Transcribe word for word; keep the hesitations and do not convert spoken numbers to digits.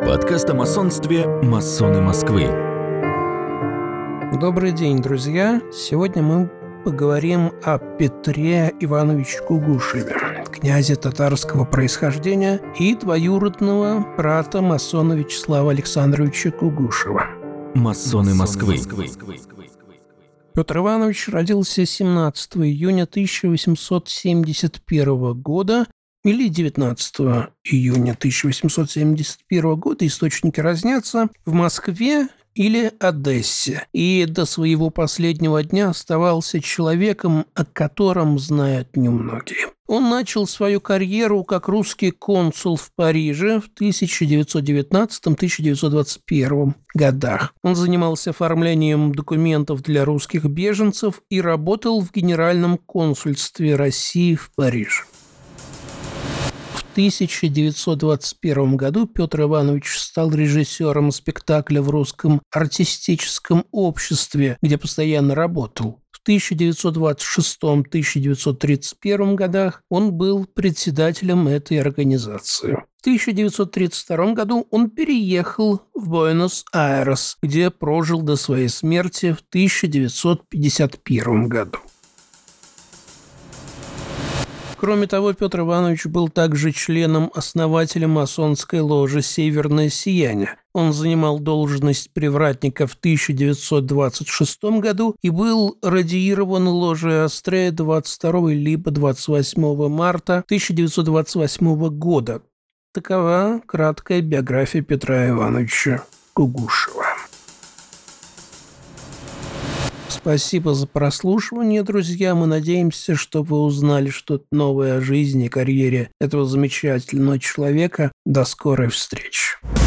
Подкаст о масонстве «Масоны Москвы». Добрый день, друзья! Сегодня мы поговорим о Петре Ивановиче Кугушеве, князе татарского происхождения и двоюродного брата масона Вячеслава Александровича Кугушева. Масоны Москвы. Петр Иванович родился семнадцатого июня тысяча восемьсот семьдесят первого года или девятнадцатого июня тысяча восемьсот семьдесят первого года, источники разнятся, в Москве или Одессе, и до своего последнего дня оставался человеком, о котором знают немногие. Он начал свою карьеру как русский консул в Париже в тысяча девятьсот девятнадцатом — тысяча девятьсот двадцать первом годах. Он занимался оформлением документов для русских беженцев и работал в Генеральном консульстве России в Париже. В тысяча девятьсот двадцать первом году Петр Иванович стал режиссером спектакля в Русском артистическом обществе, где постоянно работал. В тысяча девятьсот двадцать шестом — тысяча девятьсот тридцать первом годах он был председателем этой организации. В тысяча девятьсот тридцать втором году он переехал в Буэнос-Айрес, где прожил до своей смерти в тысяча девятьсот пятьдесят первом году. Кроме того, Петр Иванович был также членом-основателем масонской ложи «Северное сияние». Он занимал должность привратника в тысяча девятьсот двадцать шестом году и был радиирован ложей Астрея двадцать второго либо двадцать восьмого марта тысяча девятьсот двадцать восьмого года. Такова краткая биография Петра Ивановича Кугушева. Спасибо за прослушивание, друзья. Мы надеемся, что вы узнали что-то новое о жизни и карьере этого замечательного человека. До скорой встречи.